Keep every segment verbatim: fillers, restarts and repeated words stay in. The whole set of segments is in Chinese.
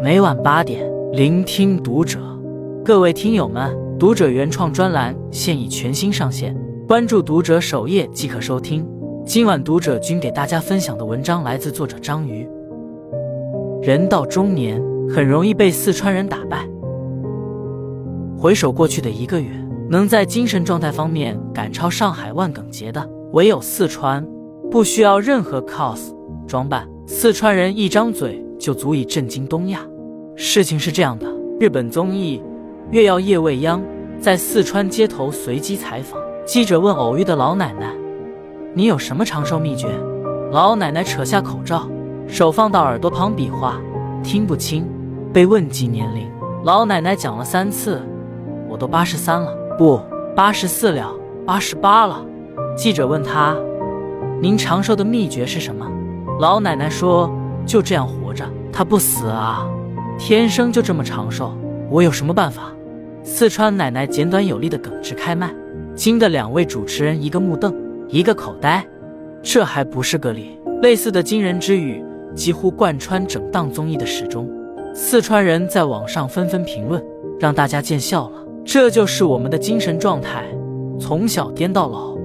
每晚八点，聆听读者。各位听友们，读者原创专栏现已全新上线，关注读者首页即可收听。今晚读者君给大家分享的文章来自作者章鱼。人到中年，很容易被四川人打败。回首过去的一个月，能在精神状态方面赶超上海万耿杰的，唯有四川。不需要任何 cos 装扮，四川人一张嘴就足以震惊东亚。事情是这样的，日本综艺《月曜夜未央》在四川街头随机采访，记者问偶遇的老奶奶：“你有什么长寿秘诀？”老奶奶扯下口罩，手放到耳朵旁比划，听不清。被问及年龄，老奶奶讲了三次：“我都八十三了，不，八十四了，八十八了。”记者问她：“您长寿的秘诀是什么？”老奶奶说：“就这样活着，她不死啊，天生就这么长寿，我有什么办法？”四川奶奶简短有力的耿直开麦，惊得两位主持人一个目瞪，一个口呆。这还不是个例，类似的惊人之语几乎贯穿整档综艺的始终。四川人在网上纷纷评论，让大家见笑了。这就是我们的精神状态，从小颠到老。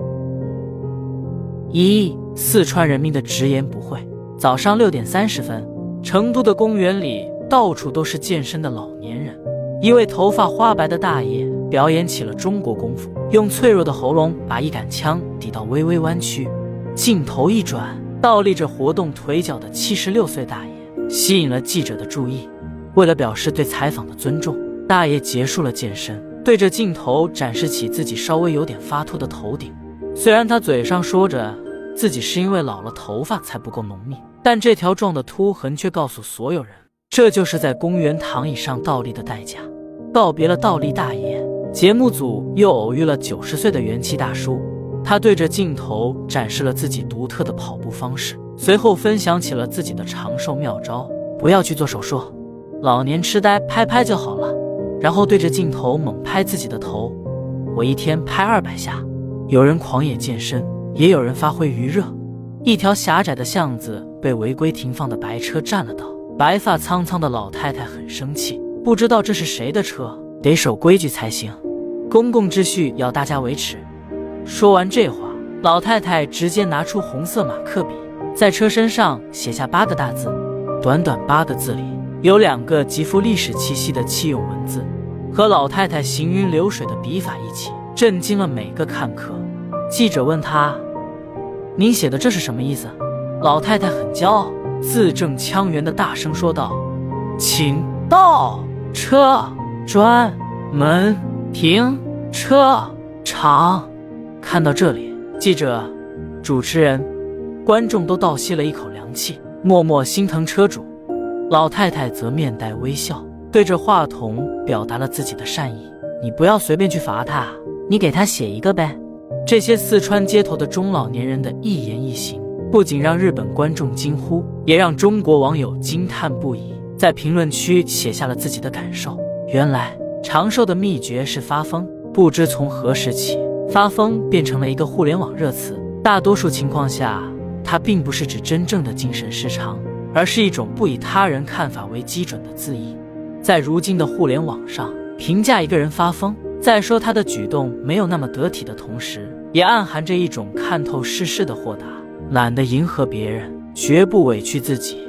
一、四川人民的直言不讳。早上六点三十分，成都的公园里到处都是健身的老年人。一位头发花白的大爷表演起了中国功夫，用脆弱的喉咙把一杆枪抵到微微弯曲。镜头一转，倒立着活动腿脚的七十六岁大爷吸引了记者的注意。为了表示对采访的尊重，大爷结束了健身，对着镜头展示起自己稍微有点发秃的头顶。虽然他嘴上说着自己是因为老了头发才不够浓密，但这条壮的秃痕却告诉所有人，这就是在公园躺椅上倒立的代价。告别了倒立大爷，节目组又偶遇了九十岁的元气大叔。他对着镜头展示了自己独特的跑步方式，随后分享起了自己的长寿妙招：不要去做手术，老年痴呆拍拍就好了。然后对着镜头猛拍自己的头，我一天拍二百下。有人狂野健身，也有人发挥余热。一条狭窄的巷子被违规停放的白车占了道，白发苍苍的老太太很生气，不知道这是谁的车，得守规矩才行，公共秩序要大家维持。说完这话，老太太直接拿出红色马克笔，在车身上写下八个大字。短短八个字里有两个极富历史气息的器用文字，和老太太行云流水的笔法一起，震惊了每个看客。记者问她：“您写的这是什么意思？”老太太很骄傲，字正腔圆地大声说道：“请到车专门停车场。”看到这里，记者、主持人、观众都倒吸了一口凉气，默默心疼车主。老太太则面带微笑，对着话筒表达了自己的善意：“你不要随便去罚他，你给他写一个呗。”这些四川街头的中老年人的一言一行，不仅让日本观众惊呼，也让中国网友惊叹不已，在评论区写下了自己的感受。原来长寿的秘诀是发疯。不知从何时起，发疯变成了一个互联网热词。大多数情况下，它并不是指真正的精神失常，而是一种不以他人看法为基准的自意。在如今的互联网上，评价一个人发疯，在说他的举动没有那么得体的同时，也暗含着一种看透世事的豁达，懒得迎合别人，绝不委屈自己。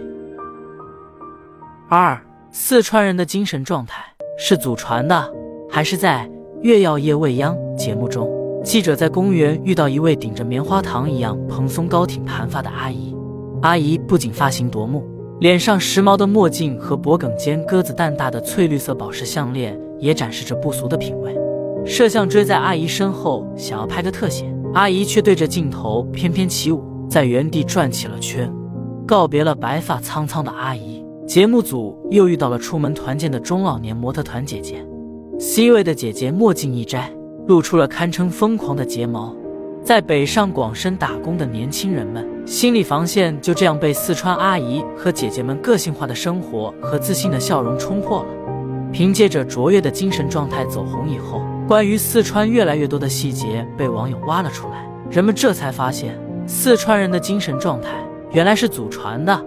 二、四川人的精神状态是祖传的，还是在《月曜夜未央》节目中，记者在公园遇到一位顶着棉花糖一样蓬松高挺盘发的阿姨。阿姨不仅发型夺目，脸上时髦的墨镜和脖颈间鸽子蛋大的翠绿色宝石项链也展示着不俗的品味。摄像追在阿姨身后，想要拍个特写，阿姨却对着镜头翩翩起舞，在原地转起了圈。告别了白发苍苍的阿姨，节目组又遇到了出门团建的中老年模特团姐姐。C 位的姐姐墨镜一摘，露出了堪称疯狂的睫毛。在北上广深打工的年轻人们，心理防线就这样被四川阿姨和姐姐们个性化的生活和自信的笑容冲破了。凭借着卓越的精神状态走红以后，关于四川越来越多的细节被网友挖了出来，人们这才发现四川人的精神状态原来是祖传的。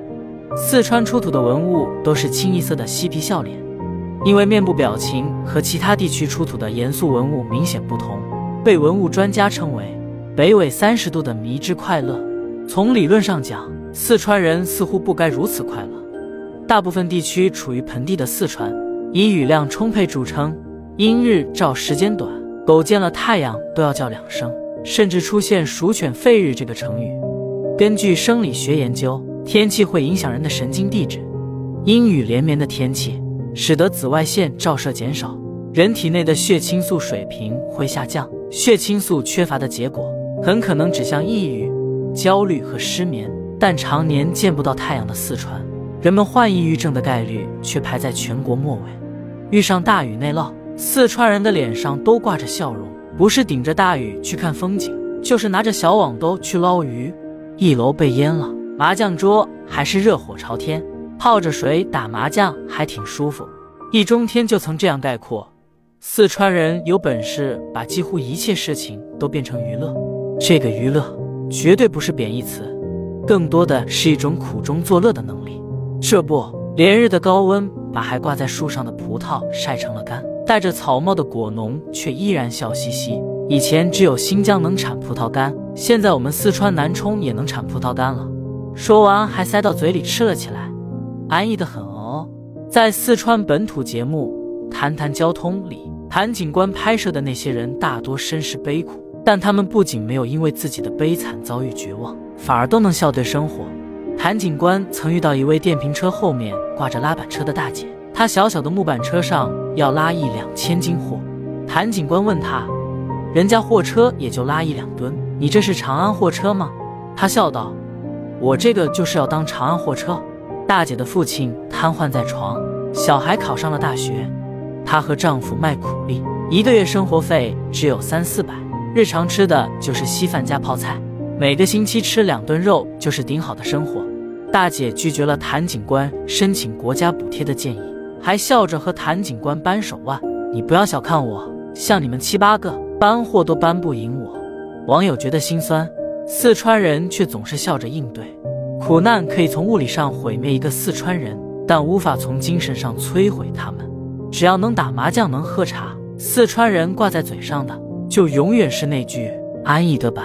四川出土的文物都是清一色的嬉皮笑脸，因为面部表情和其他地区出土的严肃文物明显不同，被文物专家称为北纬三十度的迷之快乐。从理论上讲，四川人似乎不该如此快乐。大部分地区处于盆地的四川，以雨量充沛著称，阴日照时间短，狗见了太阳都要叫两声，甚至出现鼠犬吠日这个成语。根据生理学研究，天气会影响人的神经递质，阴雨连绵的天气使得紫外线照射减少，人体内的血清素水平会下降，血清素缺乏的结果很可能指向抑郁、焦虑和失眠。但常年见不到太阳的四川，人们患抑郁症的概率却排在全国末尾。遇上大雨内涝，四川人的脸上都挂着笑容，不是顶着大雨去看风景，就是拿着小网兜去捞鱼。一楼被淹了，麻将桌还是热火朝天，泡着水打麻将还挺舒服。易中天就曾这样概括：四川人有本事把几乎一切事情都变成娱乐。这个娱乐绝对不是贬义词，更多的是一种苦中作乐的能力。这不，连日的高温把还挂在树上的葡萄晒成了干，戴着草帽的果农却依然笑嘻嘻。以前只有新疆能产葡萄干，现在我们四川南充也能产葡萄干了。说完还塞到嘴里吃了起来，安逸得很哦。在四川本土节目《谈谈交通》里，谭警官拍摄的那些人大多身世悲苦，但他们不仅没有因为自己的悲惨遭遇绝望，反而都能笑对生活。谭警官曾遇到一位电瓶车后面挂着拉板车的大姐，她小小的木板车上要拉一两千斤货。谭警官问她，人家货车也就拉一两吨，你这是长安货车吗？她笑道，我这个就是要当长安货车。大姐的父亲瘫痪在床，小孩考上了大学，她和丈夫卖苦力，一个月生活费只有三四百，日常吃的就是稀饭加泡菜，每个星期吃两顿肉就是顶好的生活。大姐拒绝了谭警官申请国家补贴的建议，还笑着和谭警官扳手腕，你不要小看我，像你们七八个搬货都搬不赢我。网友觉得心酸，四川人却总是笑着应对。苦难可以从物理上毁灭一个四川人，但无法从精神上摧毁他们。只要能打麻将能喝茶，四川人挂在嘴上的就永远是那句安逸得板。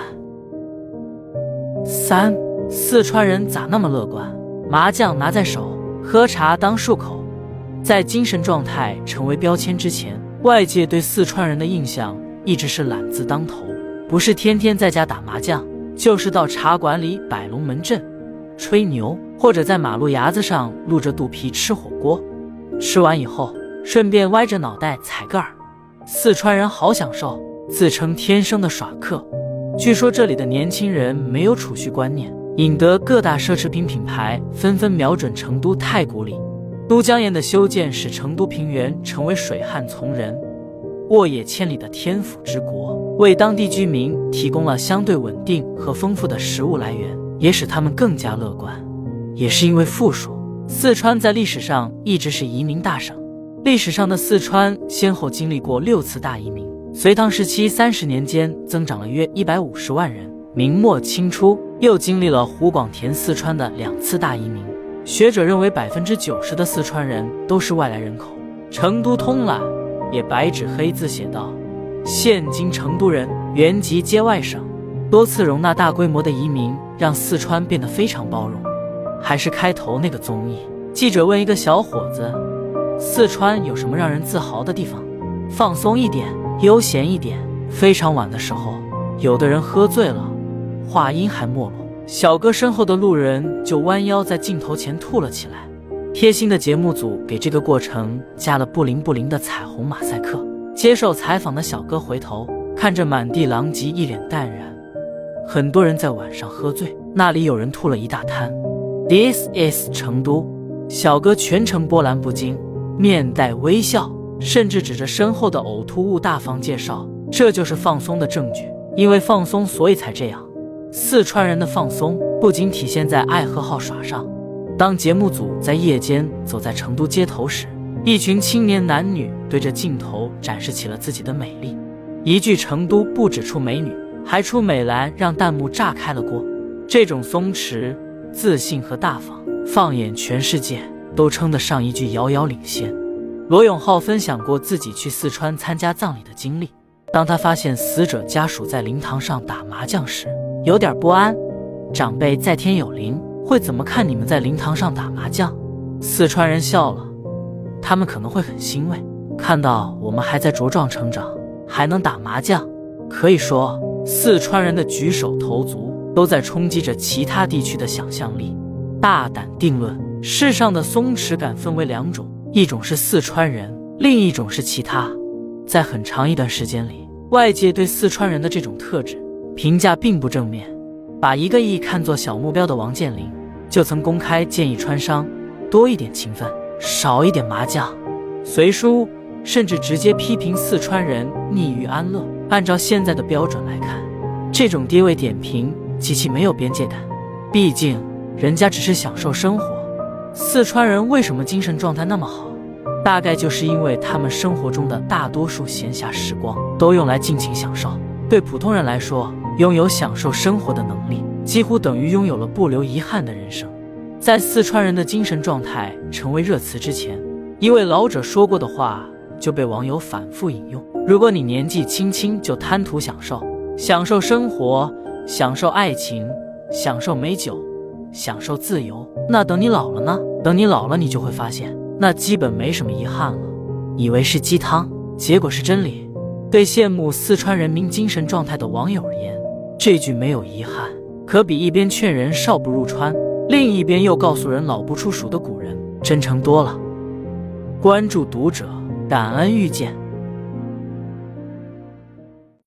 三，四川人咋那么乐观？麻将拿在手，喝茶当漱口。在精神状态成为标签之前，外界对四川人的印象一直是懒字当头，不是天天在家打麻将，就是到茶馆里摆龙门阵吹牛，或者在马路牙子上露着肚皮吃火锅，吃完以后顺便歪着脑袋踩个饵。四川人好享受，自称天生的耍客。据说这里的年轻人没有储蓄观念，引得各大奢侈品品牌纷纷瞄准成都太古里。都江堰的修建使成都平原成为水旱从人、沃野千里的天府之国，为当地居民提供了相对稳定和丰富的食物来源，也使他们更加乐观。也是因为富庶，四川在历史上一直是移民大省。历史上的四川先后经历过六次大移民，隋唐时期三十年间增长了约一百五十万人，明末清初又经历了湖广填四川的两次大移民。学者认为 百分之九十 的四川人都是外来人口。成都通览也白纸黑字写道，现今成都人原籍皆外省。多次容纳大规模的移民让四川变得非常包容。还是开头那个综艺，记者问一个小伙子，四川有什么让人自豪的地方？放松一点，悠闲一点。非常晚的时候，有的人喝醉了，话音还没落，小哥身后的路人就弯腰在镜头前吐了起来。贴心的节目组给这个过程加了不灵不灵的彩虹马赛克。接受采访的小哥回头看着满地狼藉，一脸淡然。很多人在晚上喝醉，那里有人吐了一大滩。This is 成都。小哥全程波澜不惊，面带微笑，甚至指着身后的呕吐物大方介绍，这就是放松的证据，因为放松所以才这样。四川人的放松不仅体现在爱喝好耍上。当节目组在夜间走在成都街头时，一群青年男女对着镜头展示起了自己的美丽。一句成都不只出美女，还出美男，让弹幕炸开了锅。这种松弛、自信和大方， 放眼全世界，都称得上一句遥遥领先。罗永浩分享过自己去四川参加葬礼的经历。当他发现死者家属在灵堂上打麻将时，有点不安。长辈在天有灵，会怎么看你们在灵堂上打麻将？四川人笑了，他们可能会很欣慰，看到我们还在茁壮成长，还能打麻将。可以说，四川人的举手投足都在冲击着其他地区的想象力。大胆定论，世上的松弛感分为两种，一种是四川人，另一种是其他。在很长一段时间里，外界对四川人的这种特质评价并不正面。把一个亿看作小目标的王健林就曾公开建议川商多一点勤奋，少一点麻将。随书甚至直接批评四川人溺于安乐。按照现在的标准来看，这种低位点评极其没有边界感，毕竟人家只是享受生活。四川人为什么精神状态那么好？大概就是因为他们生活中的大多数闲暇时光都用来尽情享受。对普通人来说，拥有享受生活的能力，几乎等于拥有了不留遗憾的人生。在四川人的精神状态成为热词之前，一位老者说过的话就被网友反复引用：如果你年纪轻轻就贪图享受，享受生活，享受爱情，享受美酒，享受自由，那等你老了呢？等你老了，你就会发现那基本没什么遗憾了。以为是鸡汤，结果是真理。对羡慕四川人民精神状态的网友而言，这句没有遗憾，可比一边劝人少不入川，另一边又告诉人老不出蜀的古人真诚多了。关注读者，感恩遇见。